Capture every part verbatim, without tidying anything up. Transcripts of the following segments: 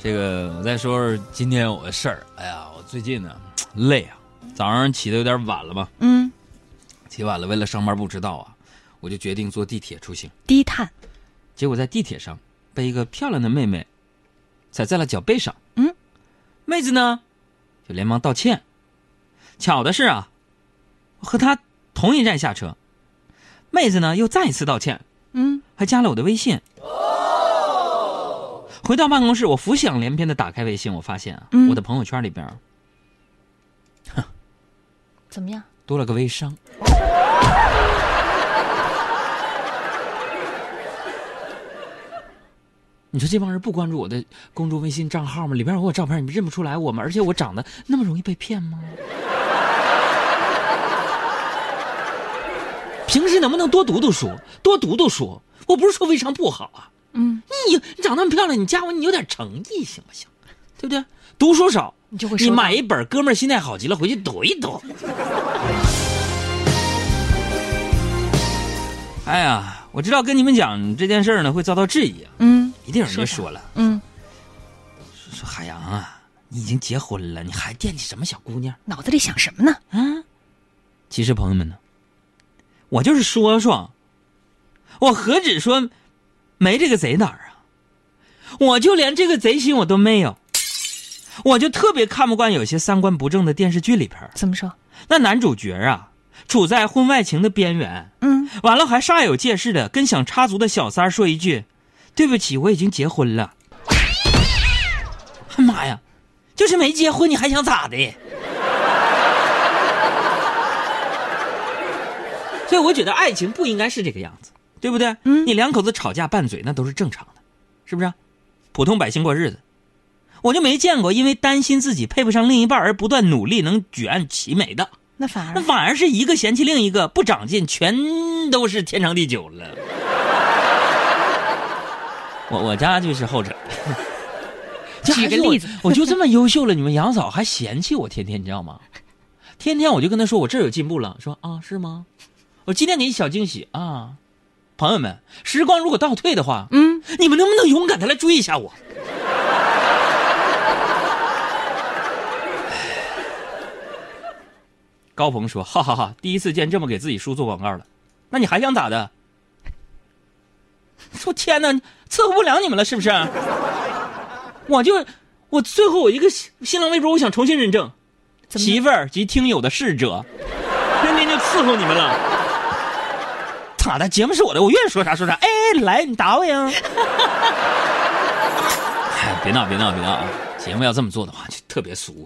这个我再说说今天我的事儿。哎呀，我最近呢累啊，早上起的有点晚了吧？ 嗯， 起晚了，为了上班不迟到啊，我就决定坐地铁出行。 低碳。 结果在地铁上被一个漂亮的妹妹踩在了脚背上。 嗯， 妹子呢就连忙道歉。巧的是啊，我和她同一站下车，妹子呢又再一次道歉。 嗯， 还加了我的微信。回到办公室，我浮想联翩的打开微信，我发现啊， 嗯、 我的朋友圈里边，哼， 怎么样？ 多了个微商。你说这帮人不关注我的公众微信账号吗？里边有我照片，你们认不出来我吗？而且我长得那么容易被骗吗？平时能不能多读读书，多读读书？我不是说微商不好啊。 嗯， 你你长那么漂亮，你加我，你有点诚意行不行？对不对？读书少， 你就会你买一本《哥们儿心态好极了》回去读一读。哎呀，我知道跟你们讲这件事呢会遭到质疑啊。 嗯， 一定有人就说了， 嗯， 说, 说海洋啊，你已经结婚了，你还惦记什么小姑娘？ 脑子里想什么呢？ 啊，其实朋友们呢，我就是说说，我何止说没这个贼胆啊，我就连这个贼心我都没有。我就特别看不惯有些三观不正的电视剧里边。 怎么说？ 那男主角啊，处在婚外情的边缘， 嗯， 完了还煞有介事的跟想插足的小三说一句：“对不起，我已经结婚了。”妈呀，就是没结婚，你还想咋的？所以我觉得爱情不应该是这个样子，对不对？ 嗯， 你两口子吵架拌嘴那都是正常的，是不是？普通百姓过日子。我就没见过因为担心自己配不上另一半而不断努力能举案齐眉的。 那反而那反而是一个嫌弃另一个不长进，全都是天长地久了。我我家就是后者。 举个例子， 我就这么优秀了，你们杨嫂还嫌弃我，天天你知道吗？天天我就跟她说我这有进步了，说啊是吗？我今天给你小惊喜啊！朋友们，时光如果倒退的话， 嗯， 你们能不能勇敢的来追一下我？高鹏说：“哈哈哈，第一次见这么给自己书做广告了，那你还想咋的？”说天哪，伺候不了你们了是不是？我就我最后我一个新浪微博，我想重新认证，媳妇儿及听友的逝者，天天就伺候你们了。咋的？节目是我的，我愿意说啥说啥。哎，来，你打我呀！哎，别闹别闹别闹啊！节目要这么做的话，就特别俗。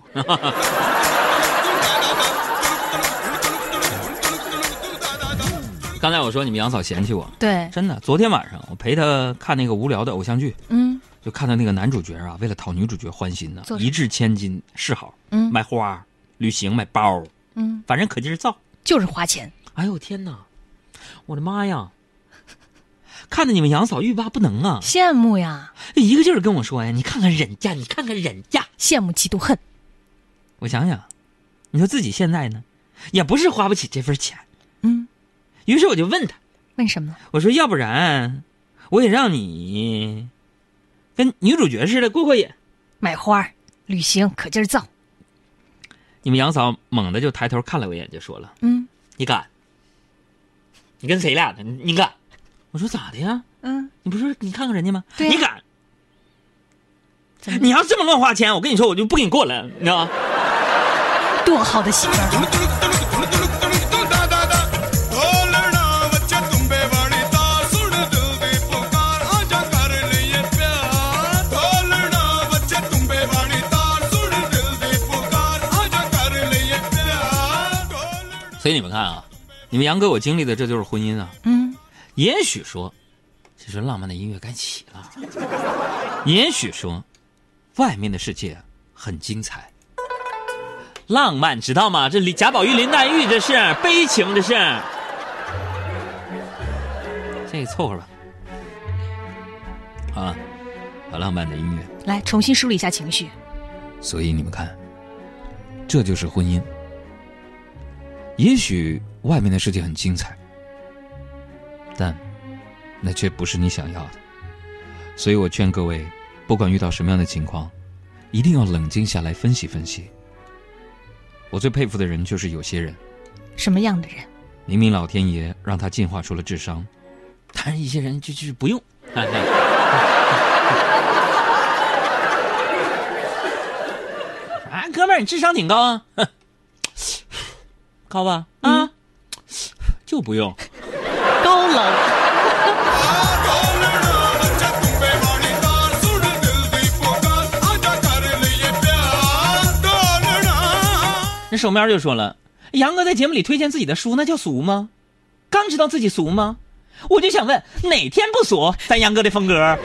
刚才我说你们杨嫂嫌弃我， 对， 真的。昨天晚上我陪她看那个无聊的偶像剧， 嗯， 就看到那个男主角啊，为了讨女主角欢心呢，一掷千金示好， 嗯， 买花、旅行、买包， 嗯， 反正可劲儿造， 就是花钱。 哎呦天哪，我的妈呀！看得你们杨嫂欲罢不能啊， 羡慕呀， 一个劲儿跟我说呀，你看看人家，你看看人家， 羡慕嫉妒恨。 我想想，你说自己现在呢，也不是花不起这份钱， 嗯。 于是我就问他， 问什么呢？ 我说要不然我也让你跟女主角似的过过瘾， 买花旅行可劲儿造。 你们杨嫂猛地就抬头看了我一眼，就说了， 嗯， 你敢？你跟谁俩呢？你敢？我说咋的呀？ 嗯， 你不是说你看看人家吗？ 对、啊、 你敢？你要这么乱花钱，我跟你说我就不给你过了，你知道吗？ 多好的媳妇儿！ 所以你们看啊，你们杨哥我经历的这就是婚姻啊。 嗯， 也许说，其实浪漫的音乐该起了。也许说，外面的世界很精彩。浪漫知道吗？这贾宝玉林黛玉这是悲情，这是。这个凑合吧。啊，好浪漫的音乐。 来，重新梳理一下情绪。 所以你们看，这就是婚姻。也许外面的世界很精彩，但那却不是你想要的。所以我劝各位不管遇到什么样的情况，一定要冷静下来分析分析。我最佩服的人就是有些人， 什么样的人？ 明明老天爷让他进化出了智商，但是一些人就就是不用。啊，哥们儿，你智商挺高啊，高吧？啊，嗯、就不用， 高冷。 那手面就说了，杨哥在节目里推荐自己的书，那叫俗吗？刚知道自己俗吗？我就想问，哪天不俗？咱杨哥的风格，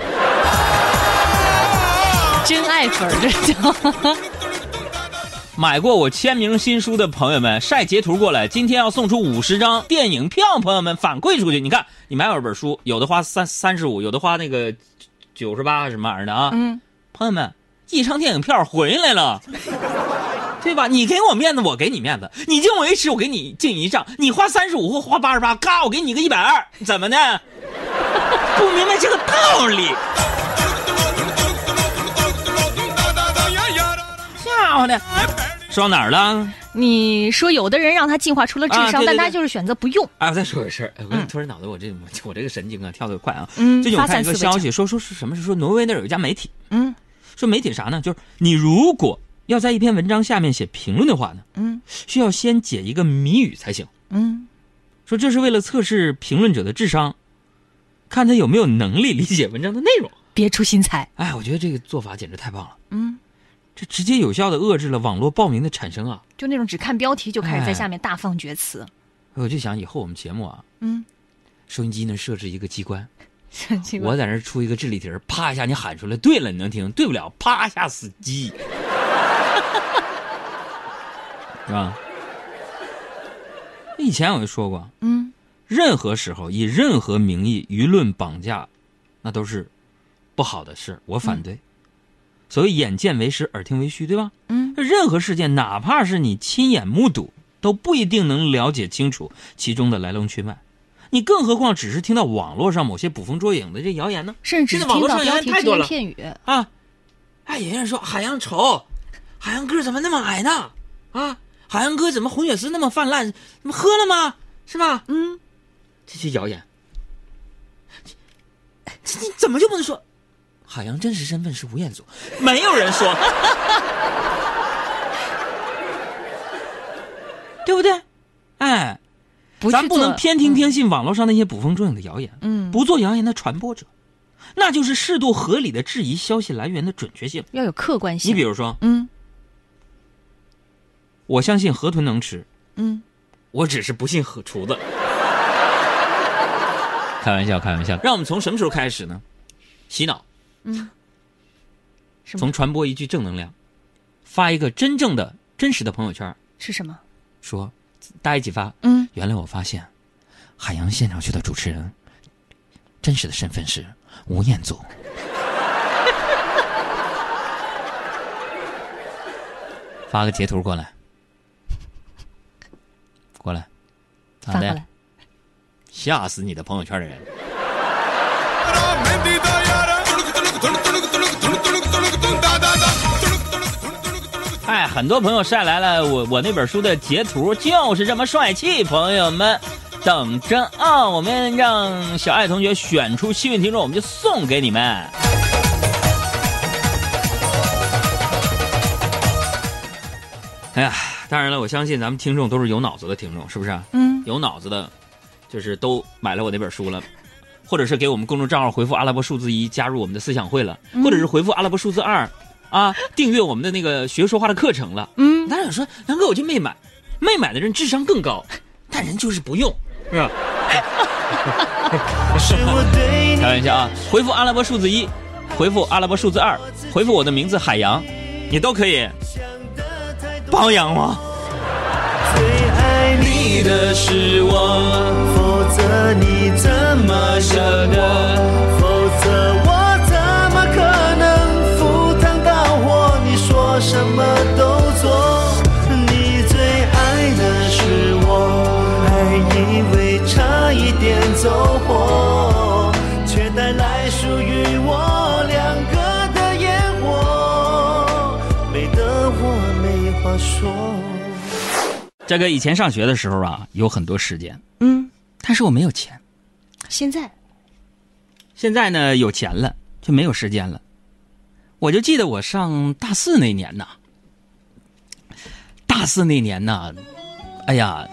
真爱粉这叫。 买过我签名新书的朋友们晒截图过来，今天要送出五十张电影票，朋友们反馈出去。你看，你买我本书，有的花三三十五，有的花那个九十八什么玩意儿的啊？嗯，朋友们，一张电影票回来了。对吧？你给我面子，我给你面子。你敬我一尺，我给你敬一丈。你花三十五或花八十八，嘎，我给你个一百二，怎么的？不明白这个道理。吓我的！说到哪儿了？ 你说有的人让他进化出了智商，啊、对对对，但他就是选择不用。 哎，我再说个事儿，我突然脑子我这我这个神经啊跳得快啊。嗯。最近我看一个消息，说说是什么？是说挪威那儿有一家媒体，嗯，说媒体啥呢？就是你如果要在一篇文章下面写评论的话呢，嗯，需要先解一个谜语才行。嗯，说这是为了测试评论者的智商，看他有没有能力理解文章的内容。 别出心裁。 哎，我觉得这个做法简直太棒了。嗯，这直接有效的遏制了网络暴民的产生啊！ 就那种只看标题就开始在下面大放厥词。 哎、我就想以后我们节目啊，嗯，收音机能设置一个机关。我在那出一个智力题，啪一下你喊出来，对了你能听，对不了啪一下死机。是吧？以前我就说过，嗯，任何时候以任何名义舆论绑架，那都是不好的事，我反对。嗯、所谓眼见为实，耳听为虚，对吧？嗯，任何事件，哪怕是你亲眼目睹，都不一定能了解清楚其中的来龙去脉。你更何况只是听到网络上某些捕风捉影的这谣言呢？ 甚至听到网络上谣言太多了， 片语啊！哎，有人说海洋丑，海洋个怎么那么矮呢？啊！海洋哥怎么红血丝那么泛滥？怎么喝了吗？是吧？嗯，这些谣言，这你怎么就不能说海洋真实身份是吴彦祖？没有人说，对不对？哎，不咱不能偏听偏信网络上那些捕风捉影的谣言。嗯，不做谣言的传播者，那就是适度合理的质疑消息来源的准确性， 要有客观性。 你比如说，嗯。我相信河豚能吃，嗯，我只是不信河厨子。开玩笑，开玩笑。让我们从什么时候开始呢？洗脑，嗯，从传播一句正能量，发一个真正的、真实的朋友圈是什么？ 说大家一起发，嗯，原来我发现，海洋现场秀的主持人真实的身份是吴彦祖。发个截图过来。过来， 发过来， 吓死你的朋友圈的人！哎，很多朋友晒来了我我那本书的截图，就是这么帅气，朋友们等着啊！我们让小爱同学选出幸运听众，我们就送给你们。哎呀！当然了，我相信咱们听众都是有脑子的听众，是不是？嗯，有脑子的，就是都买了我那本书了，或者是给我们公众账号回复阿拉伯数字一加入我们的思想会了，嗯、或者是回复阿拉伯数字二，啊，订阅我们的那个学说话的课程了。嗯，当然有说杨哥我就没买，没买的人智商更高，但人就是不用，是吧？开玩笑啊！回复阿拉伯数字一，回复阿拉伯数字二，回复我的名字海洋，你都可以。帮养我。最爱你的是我，否则你怎么舍得？否则我怎么可能赴汤蹈火？你说什么都做。你最爱的是我，还以为差一点走火，却带来属于我两个的说。 这个以前上学的时候啊，有很多时间， 嗯， 但是我没有钱。 现在， 现在呢有钱了，却没有时间了。我就记得我上大四那年呐，大四那年呐，哎呀，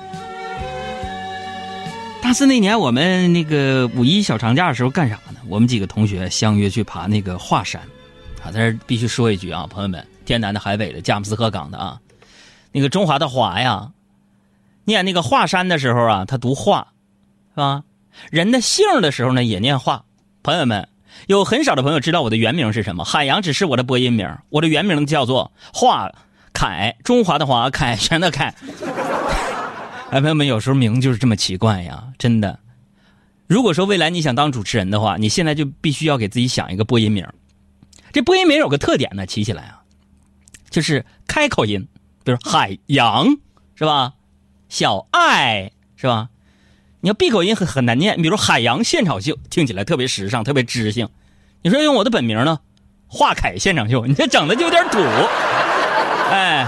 大四那年我们那个五一小长假的时候干啥呢？我们几个同学相约去爬那个华山，啊，在这必须说一句啊，朋友们，天南的海北的，佳木斯鹤岗的啊，那个中华的华呀，念那个华山的时候啊，他读华，是吧？人的姓的时候呢，也念华。朋友们，有很少的朋友知道我的原名是什么，海洋只是我的播音名，我的原名叫做华凯，中华的华，凯旋的凯。哎，朋友们，有时候名就是这么奇怪呀，真的。如果说未来你想当主持人的话，你现在就必须要给自己想一个播音名。这播音名有个特点呢，起起来啊，就是开口音，比如海洋，是吧？小爱，是吧？你要闭口音很很难念，比如海洋现场秀，听起来特别时尚，特别知性。你说用我的本名呢，华凯现场秀，你这整的就有点土。哎，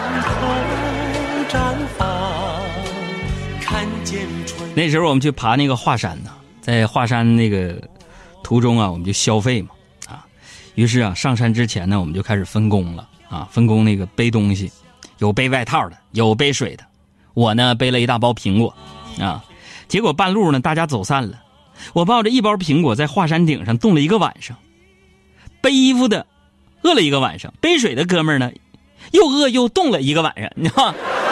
那时候我们去爬那个华山呢，在华山那个途中啊，我们就消费嘛，啊，于是啊，上山之前呢，我们就开始分工了啊，分工那个背东西，有背外套的，有背水的，我呢背了一大包苹果，啊。结果半路呢，大家走散了。我抱着一包苹果在华山顶上冻了一个晚上。背衣服的饿了一个晚上，背水的哥们儿呢，又饿又冻了一个晚上，你知道吗？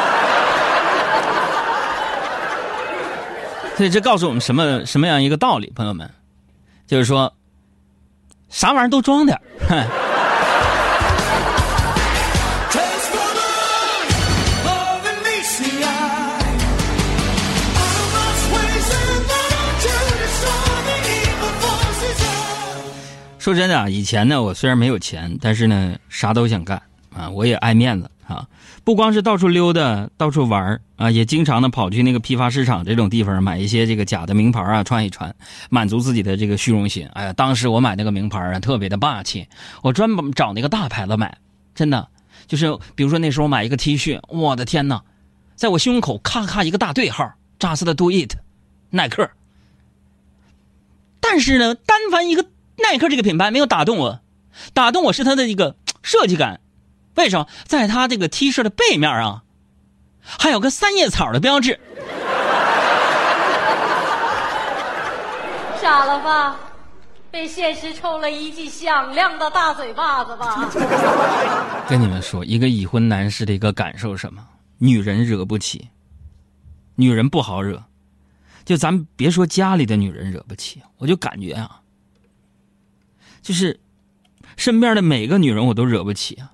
所以这告诉我们什么什么样一个道理，朋友们，就是说，啥玩意儿都装点儿。说真的啊，以前呢，我虽然没有钱，但是呢，啥都想干啊，我也爱面子啊，不光是到处溜达、到处玩啊，也经常的跑去那个批发市场这种地方买一些这个假的名牌啊，穿一穿，满足自己的这个虚荣心。哎呀，当时我买那个名牌啊，特别的霸气，我专门找那个大牌子买，真的，就是比如说那时候买一个 T 恤，我的天哪，在我胸口咔咔一个大对号，扎实的 Do It， 耐克。但是呢，单凡一个耐克这个品牌没有打动我，打动我是它的一个设计感。为什么？在它这个 T 恤的背面啊，还有个三叶草的标志。 傻了吧？被现实抽了一记响亮的大嘴巴子吧？ 跟你们说，一个已婚男士的一个感受是什么？女人惹不起，女人不好惹。就咱别说家里的女人惹不起，我就感觉啊，就是身边的每个女人我都惹不起啊。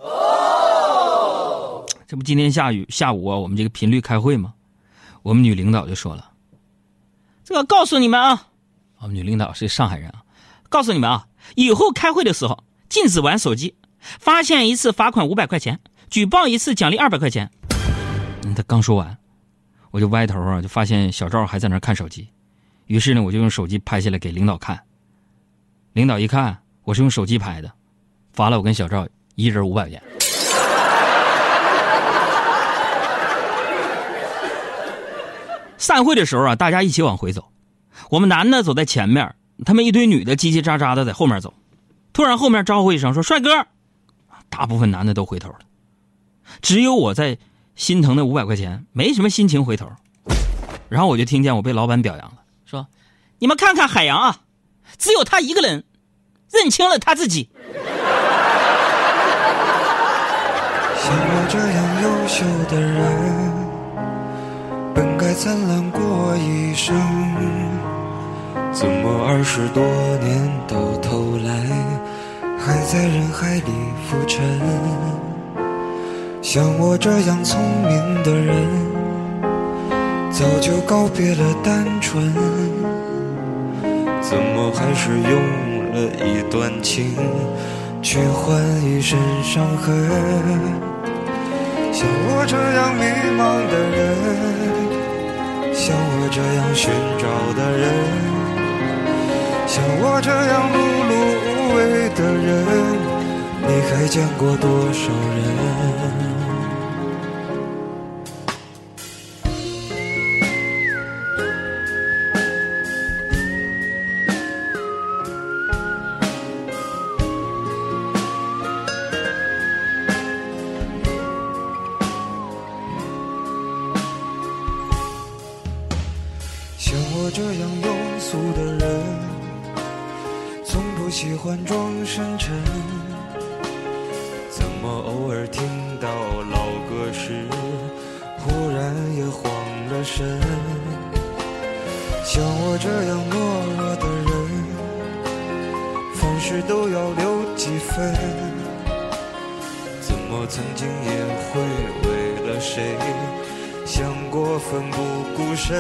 哦，这不今天下雨下午啊，我们这个频率开会嘛，我们女领导就说了，这个告诉你们啊，我们女领导是上海人啊，告诉你们啊，以后开会的时候禁止玩手机，发现一次罚款五百块钱，举报一次奖励二百块钱。嗯，他刚说完，我就歪头啊，就发现小赵还在那看手机，于是呢，我就用手机拍下来给领导看。领导一看我是用手机拍的，罚了我跟小赵一人五百元。散会的时候啊，大家一起往回走，我们男的走在前面，他们一堆女的叽叽喳喳的在后面走。突然后面招呼一声说帅哥，大部分男的都回头了，只有我在心疼的五百块钱没什么心情回头。然后我就听见我被老板表扬了，说你们看看海洋啊，只有他一个人认清了他自己。 像我这样优秀的人，本该灿烂过一生，怎么二十多年到头来还在人海里浮沉？像我这样聪明的人，早就告别了单纯，怎么还是用了一段情去换一身伤痕？像我这样迷茫的人，像我这样寻找的人，像我这样碌碌无为的人，你还见过多少人？ 我这样庸俗的人，从不喜欢装深沉，怎么偶尔听到老歌时，忽然也慌了神？像我这样懦弱的人，凡事都要留几分，怎么曾经也会为了谁想过奋不顾身？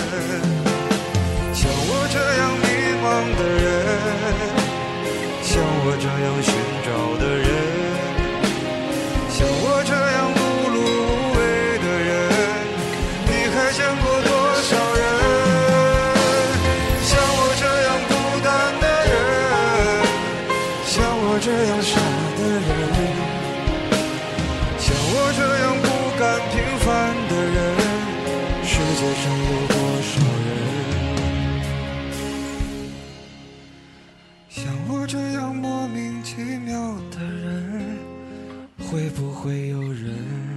像我这样迷茫的人，像我这样寻找的人，像我这样碌碌无为的人，你还见过多少人？像我这样孤单的人，像我这样傻的人，像我这样不甘平凡的人，世界上有多少人？像我这样莫名其妙的人，会不会有人？